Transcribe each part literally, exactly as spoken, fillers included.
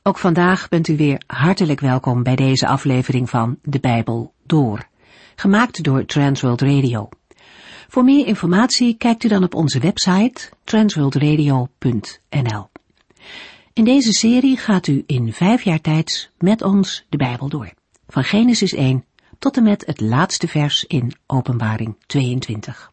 Ook vandaag bent u weer hartelijk welkom bij deze aflevering van De Bijbel Door, gemaakt door Transworld Radio. Voor meer informatie kijkt u dan op onze website transworld radio punt n l. In deze serie gaat u in vijf jaar tijd met ons de Bijbel door, van Genesis één tot en met het laatste vers in Openbaring tweeëntwintig.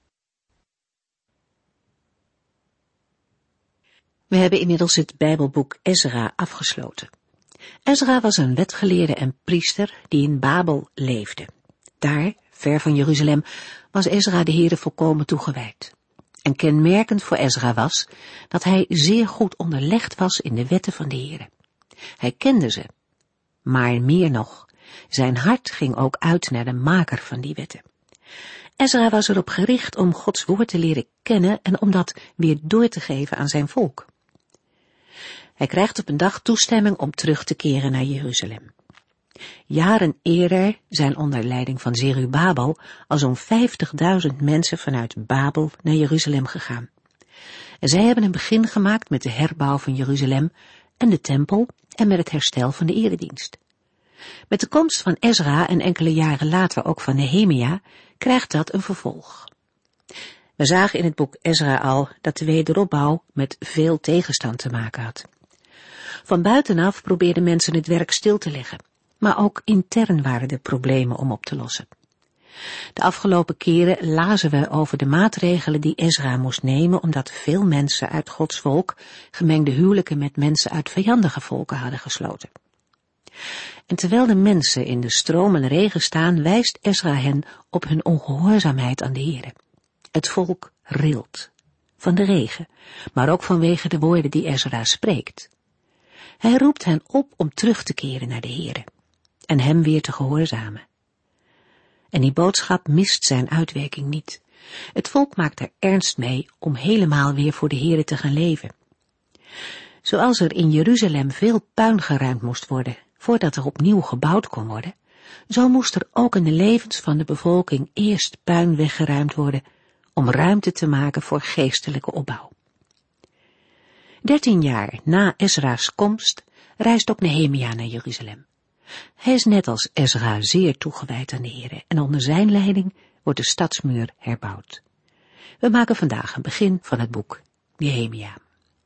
We hebben inmiddels het Bijbelboek Ezra afgesloten. Ezra was een wetgeleerde en priester die in Babel leefde. Daar, ver van Jeruzalem, was Ezra de Heere volkomen toegewijd. En kenmerkend voor Ezra was dat hij zeer goed onderlegd was in de wetten van de Heere. Hij kende ze, maar meer nog, zijn hart ging ook uit naar de maker van die wetten. Ezra was erop gericht om Gods woord te leren kennen en om dat weer door te geven aan zijn volk. Hij krijgt op een dag toestemming om terug te keren naar Jeruzalem. Jaren eerder zijn onder leiding van Zerubabel al zo'n vijftigduizend mensen vanuit Babel naar Jeruzalem gegaan. En zij hebben een begin gemaakt met de herbouw van Jeruzalem en de tempel en met het herstel van de eredienst. Met de komst van Ezra en enkele jaren later ook van Nehemia krijgt dat een vervolg. We zagen in het boek Ezra al dat de wederopbouw met veel tegenstand te maken had. Van buitenaf probeerden mensen het werk stil te leggen, maar ook intern waren er problemen om op te lossen. De afgelopen keren lazen we over de maatregelen die Ezra moest nemen omdat veel mensen uit Gods volk gemengde huwelijken met mensen uit vijandige volken hadden gesloten. En terwijl de mensen in de stroom en regen staan, wijst Ezra hen op hun ongehoorzaamheid aan de Heere. Het volk rilt van de regen, maar ook vanwege de woorden die Ezra spreekt. Hij roept hen op om terug te keren naar de Heere en hem weer te gehoorzamen. En die boodschap mist zijn uitwerking niet. Het volk maakt er ernst mee om helemaal weer voor de Heere te gaan leven. Zoals er in Jeruzalem veel puin geruimd moest worden voordat er opnieuw gebouwd kon worden, zo moest er ook in de levens van de bevolking eerst puin weggeruimd worden om ruimte te maken voor geestelijke opbouw. Dertien jaar na Ezra's komst reist ook Nehemia naar Jeruzalem. Hij is net als Ezra zeer toegewijd aan de Heere en onder zijn leiding wordt de stadsmuur herbouwd. We maken vandaag een begin van het boek Nehemia.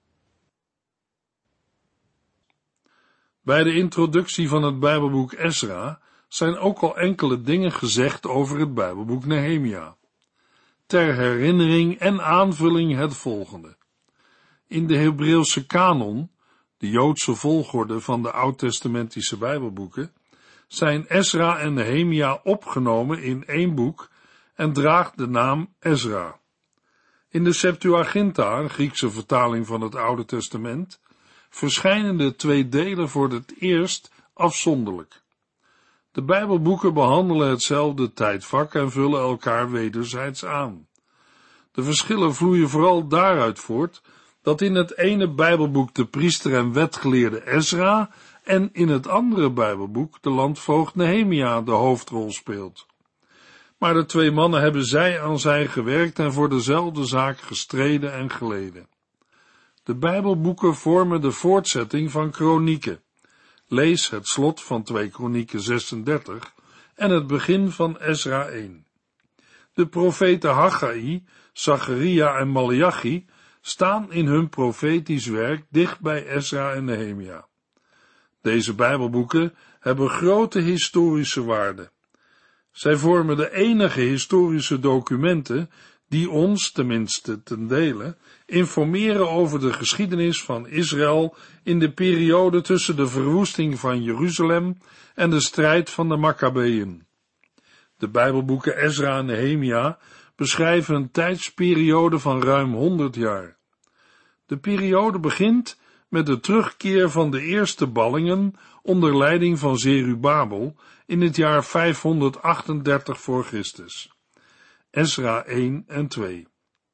Bij de introductie van het Bijbelboek Ezra zijn ook al enkele dingen gezegd over het Bijbelboek Nehemia. Ter herinnering en aanvulling het volgende. In de Hebreeuwse kanon, de Joodse volgorde van de oud-testamentische Bijbelboeken, zijn Ezra en Nehemia opgenomen in één boek en draagt de naam Ezra. In de Septuaginta, een Griekse vertaling van het Oude Testament, verschijnen de twee delen voor het eerst afzonderlijk. De Bijbelboeken behandelen hetzelfde tijdvak en vullen elkaar wederzijds aan. De verschillen vloeien vooral daaruit voort dat in het ene Bijbelboek de priester en wetgeleerde Ezra en in het andere Bijbelboek de landvoogd Nehemia de hoofdrol speelt. Maar de twee mannen hebben zij aan zij gewerkt en voor dezelfde zaak gestreden en geleden. De Bijbelboeken vormen de voortzetting van Kronieken. Lees het slot van twee Kronieken zesendertig en het begin van Ezra één. De profeten Haggai, Zacharia en Maleachi staan in hun profetisch werk dicht bij Ezra en Nehemia. Deze Bijbelboeken hebben grote historische waarde. Zij vormen de enige historische documenten die ons, tenminste ten dele, informeren over de geschiedenis van Israël in de periode tussen de verwoesting van Jeruzalem en de strijd van de Makkabeeën. De Bijbelboeken Ezra en Nehemia beschrijven een tijdsperiode van ruim honderd jaar. De periode begint met de terugkeer van de eerste ballingen onder leiding van Zerubabel in het jaar vijfhonderdachtendertig voor Christus. Ezra één en twee.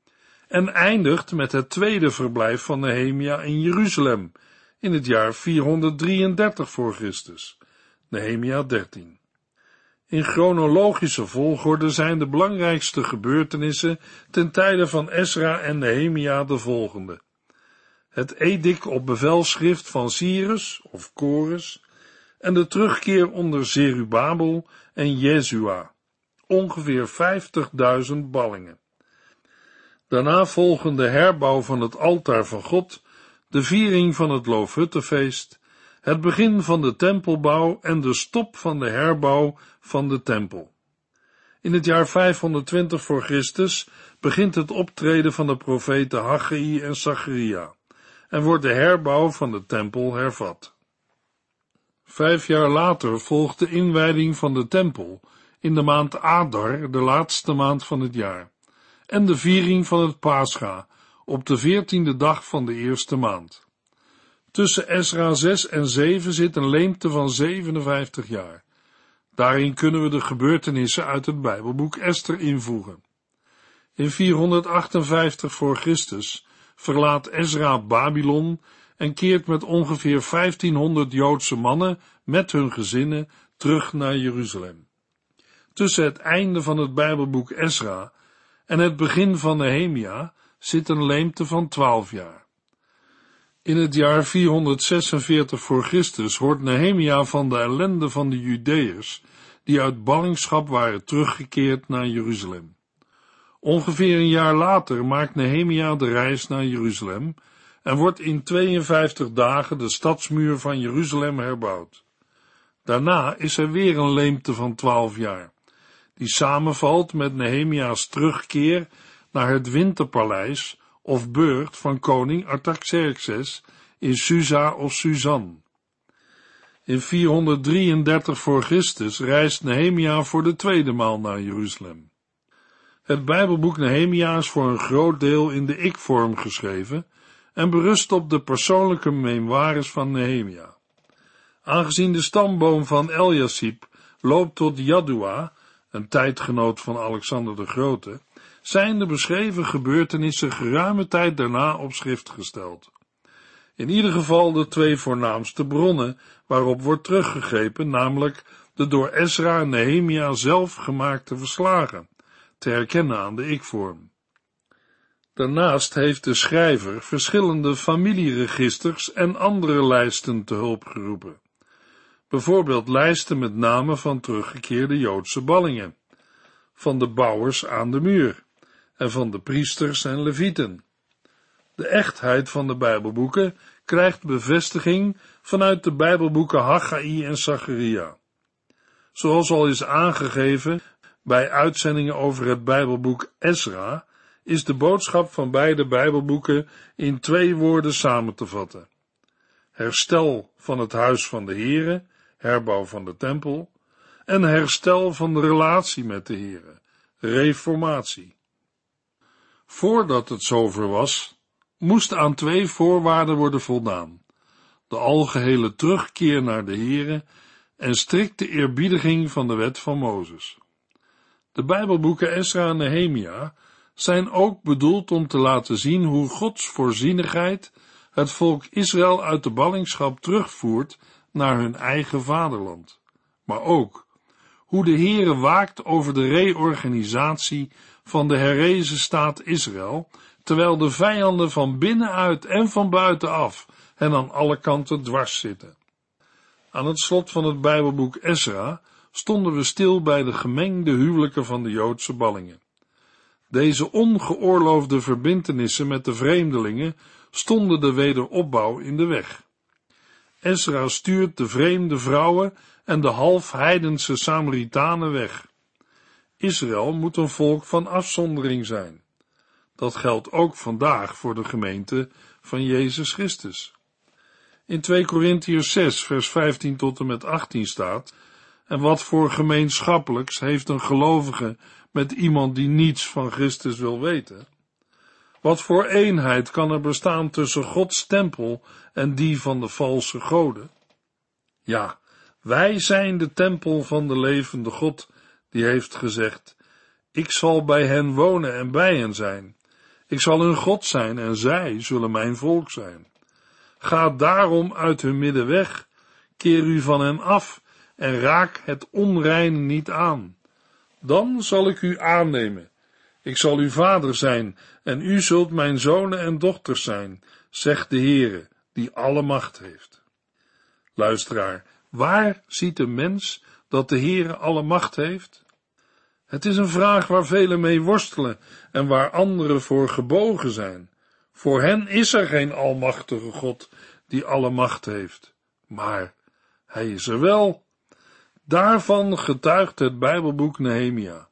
En eindigt met het tweede verblijf van Nehemia in Jeruzalem in het jaar vierhonderddrieëndertig voor Christus. Nehemia dertien. In chronologische volgorde zijn de belangrijkste gebeurtenissen ten tijde van Ezra en Nehemia de volgende. het edict op bevelschrift van Cyrus of Kores en de terugkeer onder Zerubabel en Jezua, ongeveer vijftigduizend ballingen. Daarna volgen de herbouw van het altaar van God, de viering van het Loofhuttenfeest, het begin van de tempelbouw en de stop van de herbouw van de tempel. In het jaar vijfhonderdtwintig voor Christus begint het optreden van de profeten Haggai en Zacharia en wordt de herbouw van de tempel hervat. Vijf jaar later volgt de inwijding van de tempel in de maand Adar, de laatste maand van het jaar, en de viering van het Pascha op de veertiende dag van de eerste maand. Tussen Ezra zes en zeven zit een leemte van zevenenvijftig jaar. Daarin kunnen we de gebeurtenissen uit het Bijbelboek Ester invoegen. In vierhonderdachtenvijftig voor Christus verlaat Ezra Babylon en keert met ongeveer vijftienhonderd Joodse mannen met hun gezinnen terug naar Jeruzalem. Tussen het einde van het Bijbelboek Ezra en het begin van Nehemia zit een leemte van twaalf jaar. In het jaar vierhonderdzesenveertig voor Christus hoort Nehemia van de ellende van de Judeërs, die uit ballingschap waren teruggekeerd naar Jeruzalem. Ongeveer een jaar later maakt Nehemia de reis naar Jeruzalem en wordt in tweeënvijftig dagen de stadsmuur van Jeruzalem herbouwd. Daarna is er weer een leemte van twaalf jaar, die samenvalt met Nehemia's terugkeer naar het winterpaleis of burcht van koning Artaxerxes in Susa of Susan. In vierhonderddrieëndertig voor Christus reist Nehemia voor de tweede maal naar Jeruzalem. Het Bijbelboek Nehemia is voor een groot deel in de ik-vorm geschreven en berust op de persoonlijke memoires van Nehemia. Aangezien de stamboom van Eliasib loopt tot Jaddua, een tijdgenoot van Alexander de Grote, zijn de beschreven gebeurtenissen geruime tijd daarna op schrift gesteld. In ieder geval de twee voornaamste bronnen waarop wordt teruggegrepen, namelijk de door Ezra en Nehemia zelf gemaakte verslagen, te herkennen aan de ik-vorm. Daarnaast heeft de schrijver verschillende familieregisters en andere lijsten te hulp geroepen. Bijvoorbeeld lijsten met namen van teruggekeerde Joodse ballingen, van de bouwers aan de muur en van de priesters en levieten. De echtheid van de Bijbelboeken krijgt bevestiging vanuit de Bijbelboeken Haggai en Zacharia. Zoals al is aangegeven bij uitzendingen over het Bijbelboek Ezra, is de boodschap van beide Bijbelboeken in twee woorden samen te vatten: herstel van het huis van de Here, herbouw van de tempel, en herstel van de relatie met de Here, reformatie. Voordat het zover was, moest aan twee voorwaarden worden voldaan: de algehele terugkeer naar de Here en strikte eerbiediging van de wet van Mozes. De Bijbelboeken Ezra en Nehemia zijn ook bedoeld om te laten zien hoe Gods voorzienigheid het volk Israël uit de ballingschap terugvoert naar hun eigen vaderland, maar ook hoe de Heere waakt over de reorganisatie van de herrezen staat Israël, terwijl de vijanden van binnenuit en van buitenaf hen aan alle kanten dwars zitten. Aan het slot van het Bijbelboek Ezra stonden we stil bij de gemengde huwelijken van de Joodse ballingen. Deze ongeoorloofde verbintenissen met de vreemdelingen stonden de wederopbouw in de weg. Ezra stuurt de vreemde vrouwen en de half-heidense Samaritanen weg. Israël moet een volk van afzondering zijn. Dat geldt ook vandaag voor de gemeente van Jezus Christus. In twee Korintiërs zes, vers vijftien tot en met achttien staat: en wat voor gemeenschappelijks heeft een gelovige met iemand die niets van Christus wil weten? Wat voor eenheid kan er bestaan tussen Gods tempel en die van de valse goden? Ja, wij zijn de tempel van de levende God, die heeft gezegd: ik zal bij hen wonen en bij hen zijn. Ik zal hun God zijn en zij zullen mijn volk zijn. Ga daarom uit hun midden weg, keer u van hen af en raak het onreine niet aan. Dan zal ik u aannemen. Ik zal uw vader zijn en u zult mijn zonen en dochters zijn, zegt de Heere, die alle macht heeft. Luisteraar, waar ziet een mens dat de Heere alle macht heeft? Het is een vraag waar velen mee worstelen en waar anderen voor gebogen zijn. Voor hen is er geen almachtige God die alle macht heeft, maar hij is er wel. Daarvan getuigt het Bijbelboek Nehemia.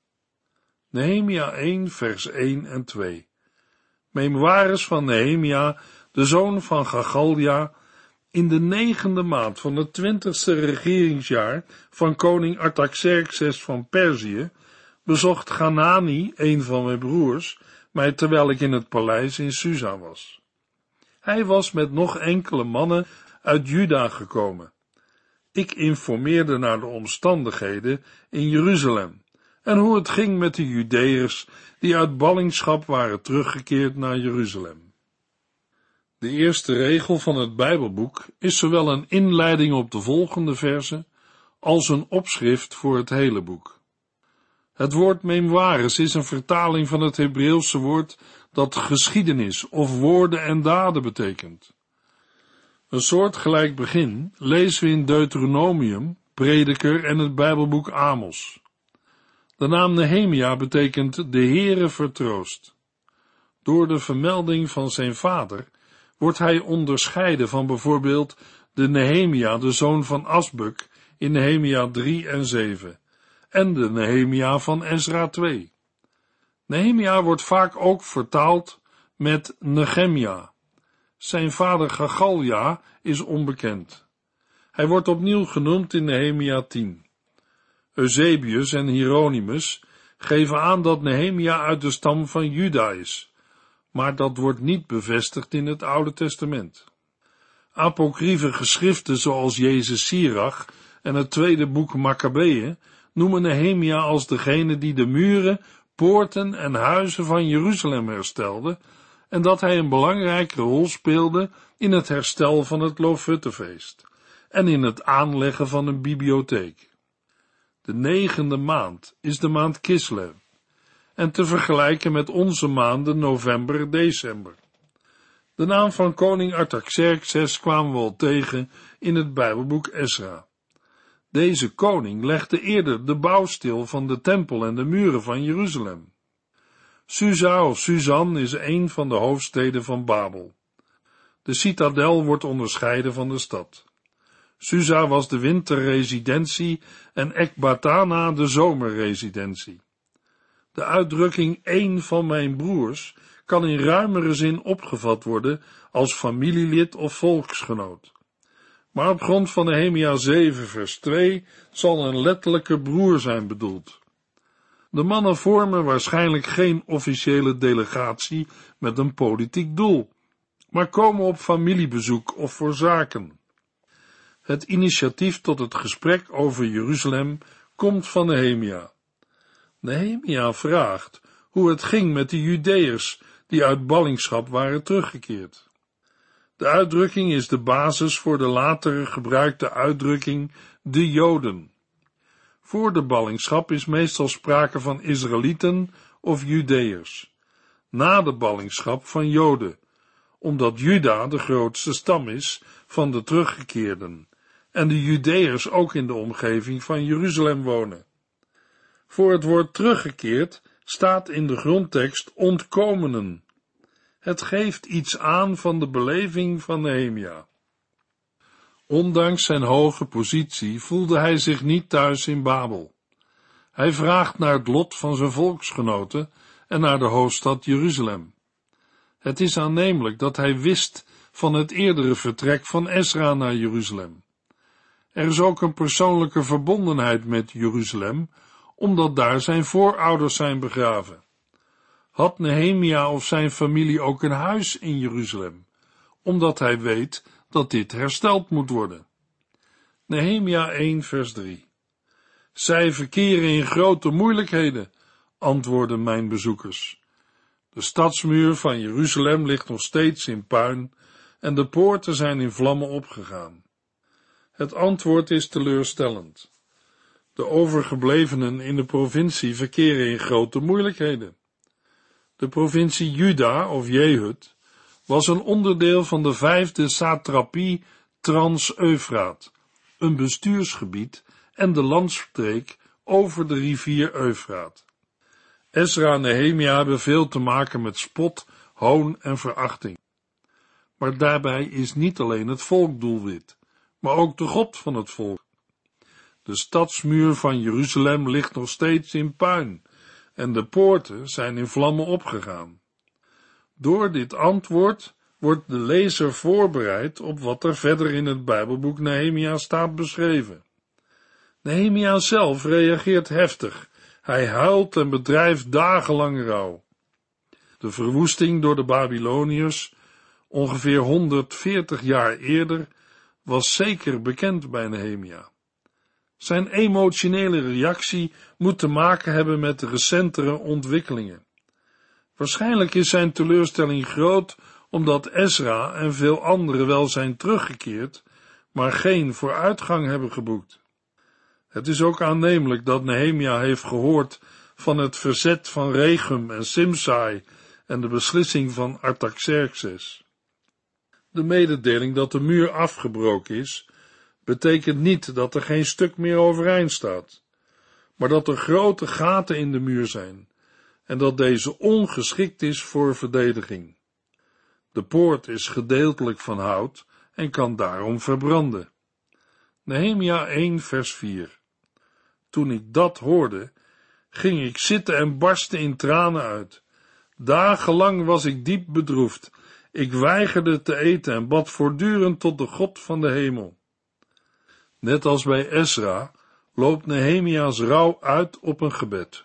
Nehemia één, vers één en twee. Memoires van Nehemia, de zoon van Gagalja, in de negende maand van het twintigste regeringsjaar van koning Artaxerxes van Perzië, bezocht Ganani, een van mijn broers, mij terwijl ik in het paleis in Susa was. Hij was met nog enkele mannen uit Juda gekomen. Ik informeerde naar de omstandigheden in Jeruzalem en hoe het ging met de Judeërs die uit ballingschap waren teruggekeerd naar Jeruzalem. De eerste regel van het Bijbelboek is zowel een inleiding op de volgende verzen als een opschrift voor het hele boek. Het woord memoires is een vertaling van het Hebreeuwse woord dat geschiedenis of woorden en daden betekent. Een soortgelijk begin lezen we in Deuteronomium, Prediker en het Bijbelboek Amos. De naam Nehemia betekent de Heere vertroost. Door de vermelding van zijn vader wordt hij onderscheiden van bijvoorbeeld de Nehemia, de zoon van Asbuk, in Nehemia drie en zeven, en de Nehemia van Ezra twee. Nehemia wordt vaak ook vertaald met Nehemia. Zijn vader Gagalja is onbekend. Hij wordt opnieuw genoemd in Nehemia tien. Eusebius en Hieronymus geven aan dat Nehemia uit de stam van Juda is, maar dat wordt niet bevestigd in het Oude Testament. Apocryfe geschriften zoals Jezus Sirach en het tweede boek Makkabeeën noemen Nehemia als degene die de muren, poorten en huizen van Jeruzalem herstelde en dat hij een belangrijke rol speelde in het herstel van het Loofhuttenfeest en in het aanleggen van een bibliotheek. De negende maand is de maand Kislev en te vergelijken met onze maanden november, december. De naam van koning Artaxerxes kwamen we al tegen in het Bijbelboek Ezra. Deze koning legde eerder de bouwstil van de tempel en de muren van Jeruzalem. Susa of Susan is een van de hoofdsteden van Babel. De citadel wordt onderscheiden van de stad. Susa was de winterresidentie en Ekbatana de zomerresidentie. De uitdrukking een van mijn broers kan in ruimere zin opgevat worden als familielid of volksgenoot. Maar op grond van Nehemia zeven vers twee zal een letterlijke broer zijn bedoeld. De mannen vormen waarschijnlijk geen officiële delegatie met een politiek doel, maar komen op familiebezoek of voor zaken. Het initiatief tot het gesprek over Jeruzalem komt van Nehemia. Nehemia vraagt hoe het ging met de Judeërs die uit ballingschap waren teruggekeerd. De uitdrukking is de basis voor de latere gebruikte uitdrukking de Joden. Voor de ballingschap is meestal sprake van Israëlieten of Judeërs. Na de ballingschap van Joden, omdat Juda de grootste stam is van de teruggekeerden en de Judeërs ook in de omgeving van Jeruzalem wonen. Voor het woord teruggekeerd staat in de grondtekst ontkomenen. Het geeft iets aan van de beleving van Nehemia. Ondanks zijn hoge positie voelde hij zich niet thuis in Babel. Hij vraagt naar het lot van zijn volksgenoten en naar de hoofdstad Jeruzalem. Het is aannemelijk dat hij wist van het eerdere vertrek van Ezra naar Jeruzalem. Er is ook een persoonlijke verbondenheid met Jeruzalem, omdat daar zijn voorouders zijn begraven. Had Nehemia of zijn familie ook een huis in Jeruzalem, omdat hij weet dat dit hersteld moet worden. Nehemia één vers drie. Zij verkeren in grote moeilijkheden, antwoorden mijn bezoekers. De stadsmuur van Jeruzalem ligt nog steeds in puin en de poorten zijn in vlammen opgegaan. Het antwoord is teleurstellend. De overgeblevenen in de provincie verkeren in grote moeilijkheden. De provincie Juda of Jehud was een onderdeel van de vijfde satrapie Trans-Eufraat, een bestuursgebied en de landstreek over de rivier Eufraat. Ezra en Nehemia hebben veel te maken met spot, hoon en verachting. Maar daarbij is niet alleen het volk doelwit, maar ook de God van het volk. De stadsmuur van Jeruzalem ligt nog steeds in puin en de poorten zijn in vlammen opgegaan. Door dit antwoord wordt de lezer voorbereid op wat er verder in het Bijbelboek Nehemia staat beschreven. Nehemia zelf reageert heftig. Hij huilt en bedrijft dagenlang rouw. De verwoesting door de Babyloniërs, ongeveer honderdveertig jaar eerder, was zeker bekend bij Nehemia. Zijn emotionele reactie moet te maken hebben met de recentere ontwikkelingen. Waarschijnlijk is zijn teleurstelling groot, omdat Ezra en veel anderen wel zijn teruggekeerd, maar geen vooruitgang hebben geboekt. Het is ook aannemelijk dat Nehemia heeft gehoord van het verzet van Regem en Simsai en de beslissing van Artaxerxes. De mededeling dat de muur afgebroken is, betekent niet dat er geen stuk meer overeind staat, maar dat er grote gaten in de muur zijn en dat deze ongeschikt is voor verdediging. De poort is gedeeltelijk van hout en kan daarom verbranden. Nehemia één vers vier. Toen ik dat hoorde, ging ik zitten en barstte in tranen uit. Dagenlang was ik diep bedroefd. Ik weigerde te eten en bad voortdurend tot de God van de hemel. Net als bij Ezra loopt Nehemia's rouw uit op een gebed.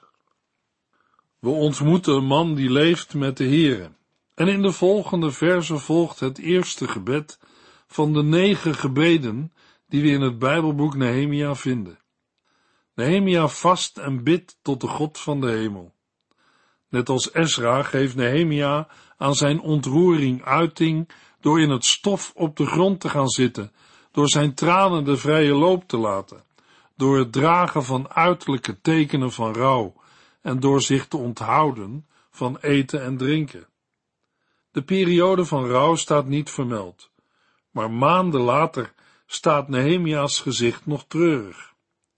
We ontmoeten een man die leeft met de Heere. En in de volgende verse volgt het eerste gebed van de negen gebeden die we in het Bijbelboek Nehemia vinden. Nehemia vast en bidt tot de God van de hemel. Net als Ezra geeft Nehemia aan zijn ontroering uiting door in het stof op de grond te gaan zitten, door zijn tranen de vrije loop te laten, door het dragen van uiterlijke tekenen van rouw en door zich te onthouden van eten en drinken. De periode van rouw staat niet vermeld, maar maanden later staat Nehemia's gezicht nog treurig.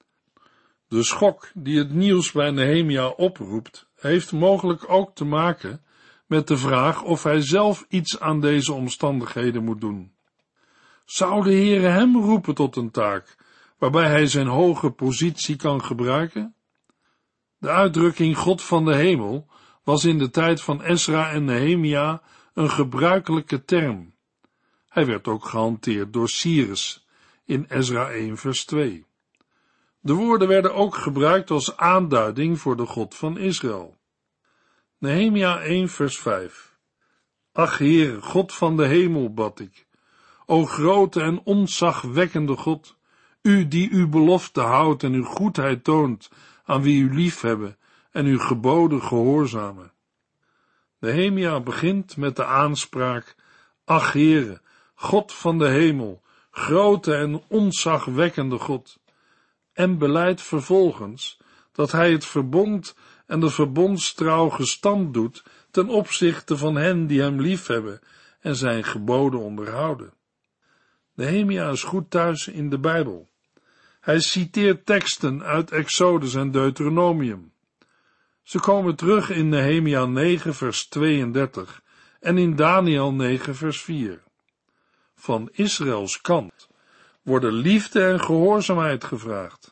De schok die het nieuws bij Nehemia oproept, heeft mogelijk ook te maken met de vraag of hij zelf iets aan deze omstandigheden moet doen. Zou de Heere hem roepen tot een taak, waarbij hij zijn hoge positie kan gebruiken? De uitdrukking God van de hemel was in de tijd van Ezra en Nehemia een gebruikelijke term. Hij werd ook gehanteerd door Cyrus in Ezra één vers twee. De woorden werden ook gebruikt als aanduiding voor de God van Israël. Nehemia één vers vijf. Ach Heere, God van de hemel, bad ik. O grote en ontzagwekkende God, u die uw belofte houdt en uw goedheid toont aan wie u liefhebben en uw geboden gehoorzamen. Nehemia begint met de aanspraak, ach Heere, God van de hemel, grote en ontzagwekkende God, en belijdt vervolgens dat hij het verbond en de verbondstrouw gestand doet ten opzichte van hen die hem liefhebben en zijn geboden onderhouden. Nehemia is goed thuis in de Bijbel. Hij citeert teksten uit Exodus en Deuteronomium. Ze komen terug in Nehemia negen vers tweeëndertig en in Daniel negen vers vier. Van Israëls kant worden liefde en gehoorzaamheid gevraagd.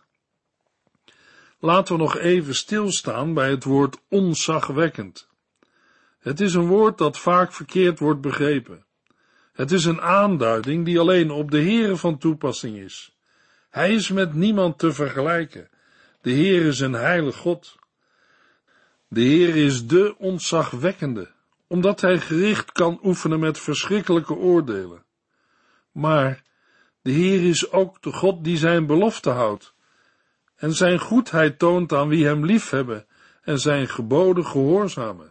Laten we nog even stilstaan bij het woord ontzagwekkend. Het is een woord dat vaak verkeerd wordt begrepen. Het is een aanduiding die alleen op de Heere van toepassing is. Hij is met niemand te vergelijken. De Heer is een heilig God. De Heer is de ontzagwekkende, omdat hij gericht kan oefenen met verschrikkelijke oordelen. Maar de Heer is ook de God die zijn belofte houdt en zijn goedheid toont aan wie hem liefhebben en zijn geboden gehoorzamen.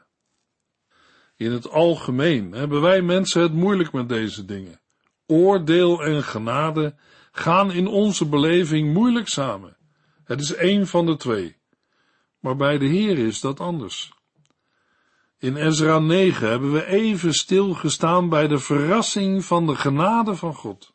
In het algemeen hebben wij mensen het moeilijk met deze dingen. Oordeel en genade gaan in onze beleving moeilijk samen. Het is één van de twee. Maar bij de Heer is dat anders. In Ezra negen hebben we even stilgestaan bij de verrassing van de genade van God.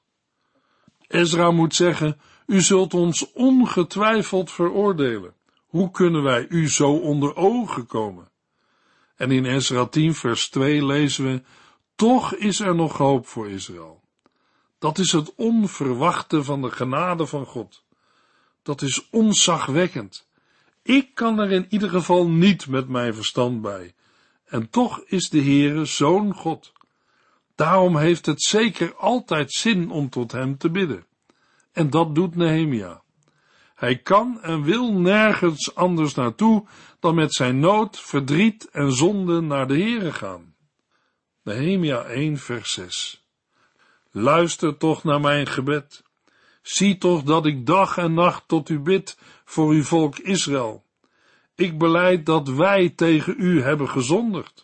Ezra moet zeggen, u zult ons ongetwijfeld veroordelen. Hoe kunnen wij u zo onder ogen komen? En in Ezra tien vers twee lezen we, toch is er nog hoop voor Israël. Dat is het onverwachte van de genade van God. Dat is ontzagwekkend. Ik kan er in ieder geval niet met mijn verstand bij. En toch is de Heere zo'n God. Daarom heeft het zeker altijd zin om tot hem te bidden. En dat doet Nehemia. Hij kan en wil nergens anders naartoe dan met zijn nood, verdriet en zonde naar de Heere gaan. Nehemia één vers zes. Luister toch naar mijn gebed. Zie toch dat ik dag en nacht tot u bid voor uw volk Israël. Ik belijd dat wij tegen u hebben gezondigd.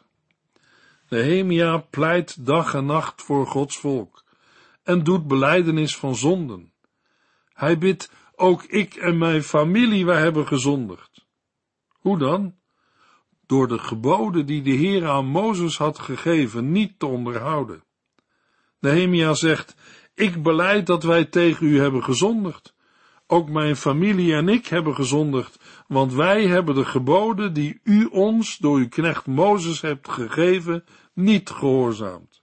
Nehemia pleit dag en nacht voor Gods volk en doet belijdenis van zonden. Hij bidt, ook ik en mijn familie, wij hebben gezondigd. Hoe dan? Door de geboden die de Heer aan Mozes had gegeven niet te onderhouden. Nehemia zegt, ik belijd dat wij tegen u hebben gezondigd. Ook mijn familie en ik hebben gezondigd, want wij hebben de geboden die u ons door uw knecht Mozes hebt gegeven, niet gehoorzaamd.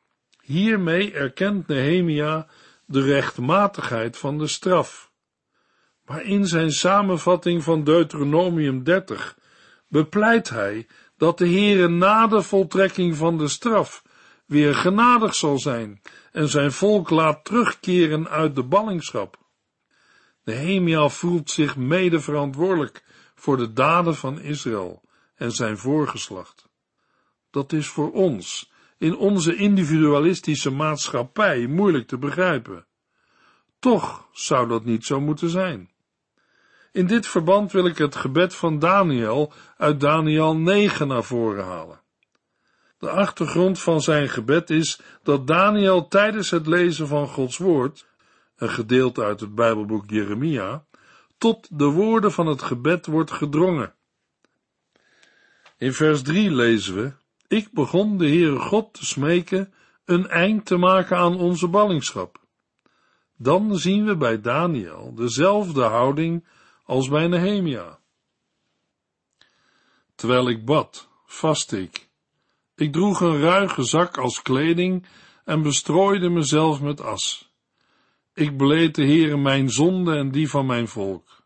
Hiermee erkent Nehemia de rechtmatigheid van de straf. Maar in zijn samenvatting van Deuteronomium dertig bepleit hij dat de Heere na de voltrekking van de straf weer genadig zal zijn en zijn volk laat terugkeren uit de ballingschap. Nehemia voelt zich mede verantwoordelijk voor de daden van Israël en zijn voorgeslacht. Dat is voor ons, in onze individualistische maatschappij, moeilijk te begrijpen. Toch zou dat niet zo moeten zijn. In dit verband wil ik het gebed van Daniel uit Daniel negen naar voren halen. De achtergrond van zijn gebed is dat Daniel tijdens het lezen van Gods woord, een gedeelte uit het Bijbelboek Jeremia, tot de woorden van het gebed wordt gedrongen. In vers drie lezen we, ik begon de Heere God te smeken een eind te maken aan onze ballingschap. Dan zien we bij Daniel dezelfde houding als bij Nehemia. Terwijl ik bad, vastte ik. Ik droeg een ruige zak als kleding en bestrooide mezelf met as. Ik beleed de Heere mijn zonde en die van mijn volk.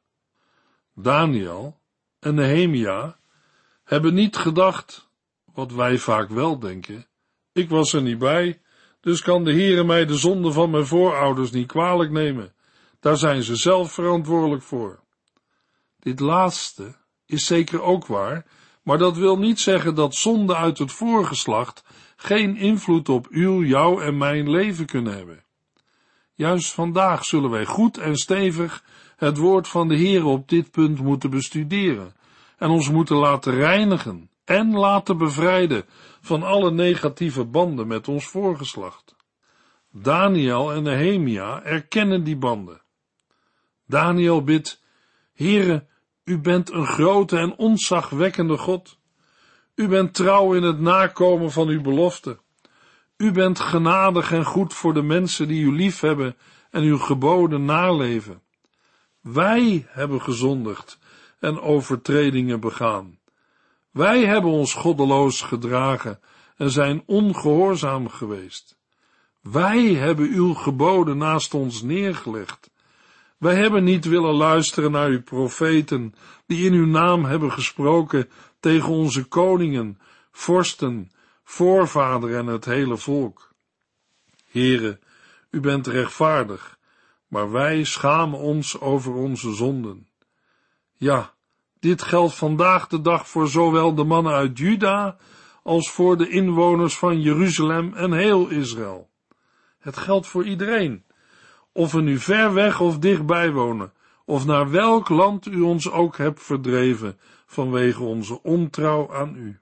Daniel en Nehemia hebben niet gedacht, wat wij vaak wel denken, ik was er niet bij, dus kan de Heere mij de zonde van mijn voorouders niet kwalijk nemen. Daar zijn ze zelf verantwoordelijk voor. Dit laatste is zeker ook waar, maar dat wil niet zeggen dat zonde uit het voorgeslacht geen invloed op uw, jouw en mijn leven kunnen hebben. Juist vandaag zullen wij goed en stevig het woord van de Heere op dit punt moeten bestuderen en ons moeten laten reinigen en laten bevrijden van alle negatieve banden met ons voorgeslacht. Daniel en Nehemia erkennen die banden. Daniel bidt, Heere, u bent een grote en ontzagwekkende God. U bent trouw in het nakomen van uw belofte. U bent genadig en goed voor de mensen die u liefhebben en uw geboden naleven. Wij hebben gezondigd en overtredingen begaan. Wij hebben ons goddeloos gedragen en zijn ongehoorzaam geweest. Wij hebben uw geboden naast ons neergelegd. Wij hebben niet willen luisteren naar uw profeten, die in uw naam hebben gesproken tegen onze koningen, vorsten, voorvader en het hele volk. Heere, u bent rechtvaardig, maar wij schamen ons over onze zonden. Ja, dit geldt vandaag de dag voor zowel de mannen uit Juda als voor de inwoners van Jeruzalem en heel Israël. Het geldt voor iedereen, of we nu ver weg of dichtbij wonen, of naar welk land u ons ook hebt verdreven vanwege onze ontrouw aan u.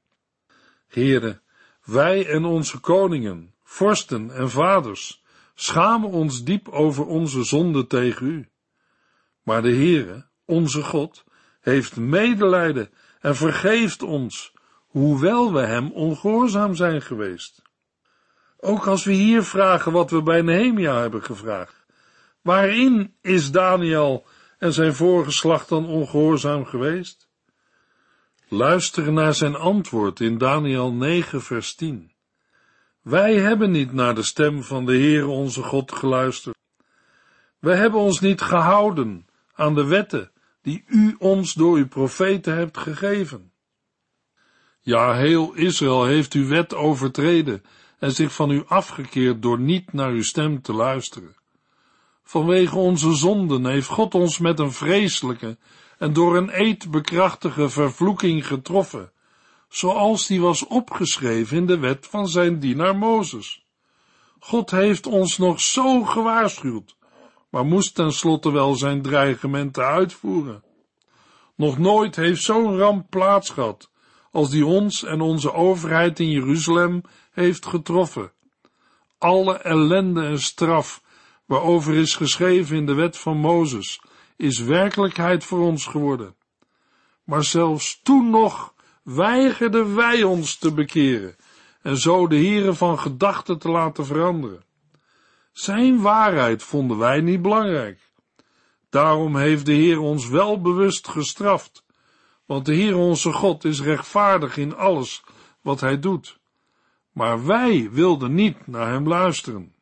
Heere, wij en onze koningen, vorsten en vaders schamen ons diep over onze zonde tegen u. Maar de Heere, onze God, heeft medelijden en vergeeft ons, hoewel we hem ongehoorzaam zijn geweest. Ook als we hier vragen wat we bij Nehemia hebben gevraagd. Waarin is Daniel en zijn voorgeslacht dan ongehoorzaam geweest? Luister naar zijn antwoord in Daniel negen vers tien. Wij hebben niet naar de stem van de Heere onze God geluisterd. Wij hebben ons niet gehouden aan de wetten die u ons door uw profeten hebt gegeven. Ja, heel Israël heeft uw wet overtreden en zich van u afgekeerd door niet naar uw stem te luisteren. Vanwege onze zonden heeft God ons met een vreselijke en door een eed bekrachtige vervloeking getroffen, zoals die was opgeschreven in de wet van zijn dienaar Mozes. God heeft ons nog zo gewaarschuwd, maar moest tenslotte wel zijn dreigementen uitvoeren. Nog nooit heeft zo'n ramp plaats gehad, als die ons en onze overheid in Jeruzalem heeft getroffen. Alle ellende en straf, waarover is geschreven in de wet van Mozes, is werkelijkheid voor ons geworden. Maar zelfs toen nog weigerden wij ons te bekeren en zo de Heere van gedachten te laten veranderen. Zijn waarheid vonden wij niet belangrijk. Daarom heeft de Heer ons wel bewust gestraft, want de Heer onze God is rechtvaardig in alles wat hij doet. Maar wij wilden niet naar hem luisteren.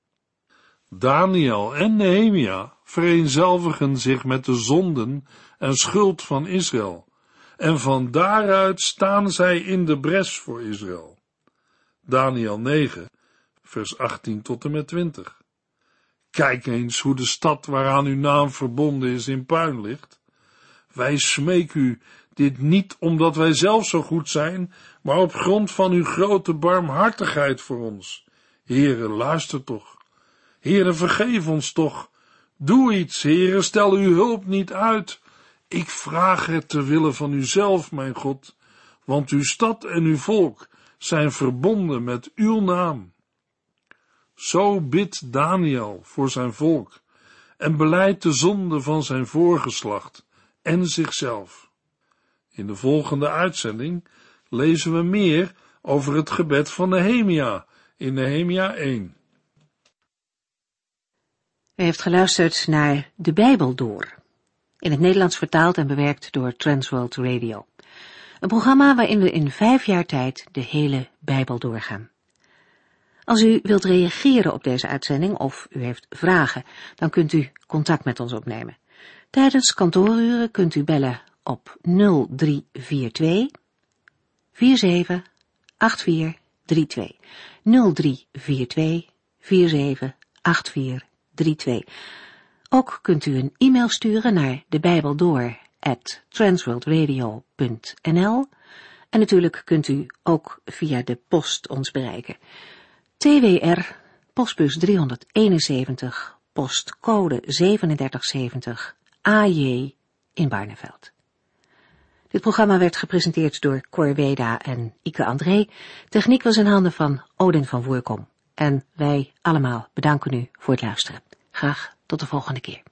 Daniel en Nehemia vereenzelvigen zich met de zonden en schuld van Israël, en van daaruit staan zij in de bres voor Israël. Daniel negen, vers achttien tot en met twintig. Kijk eens hoe de stad waaraan uw naam verbonden is in puin ligt. Wij smeken u dit niet omdat wij zelf zo goed zijn, maar op grond van uw grote barmhartigheid voor ons. Heere, luister toch. Heere, vergeef ons toch. Doe iets, Heere, stel uw hulp niet uit. Ik vraag het ter wille van uzelf, mijn God, want uw stad en uw volk zijn verbonden met uw naam. Zo bidt Daniel voor zijn volk en belijdt de zonde van zijn voorgeslacht en zichzelf. In de volgende uitzending lezen we meer over het gebed van Nehemia in Nehemia één. U heeft geluisterd naar De Bijbel Door, in het Nederlands vertaald en bewerkt door Transworld Radio. Een programma waarin we in vijf jaar tijd de hele Bijbel doorgaan. Als u wilt reageren op deze uitzending of u heeft vragen, dan kunt u contact met ons opnemen. Tijdens kantooruren kunt u bellen op nul drie vier twee, vier zeven acht vier drie twee. nul drie vier twee, vier zeven acht vier drie twee. Ook kunt u een e-mail sturen naar debijbeldoor at transworldradio punt n l en natuurlijk kunt u ook via de post ons bereiken. T W R, postbus driehonderdeenenzeventig, postcode zevenendertig zeventig, A J in Barneveld. Dit programma werd gepresenteerd door Cor Weda en Ike André. Techniek was in handen van Odin van Voerkom. En wij allemaal bedanken u voor het luisteren. Graag tot de volgende keer.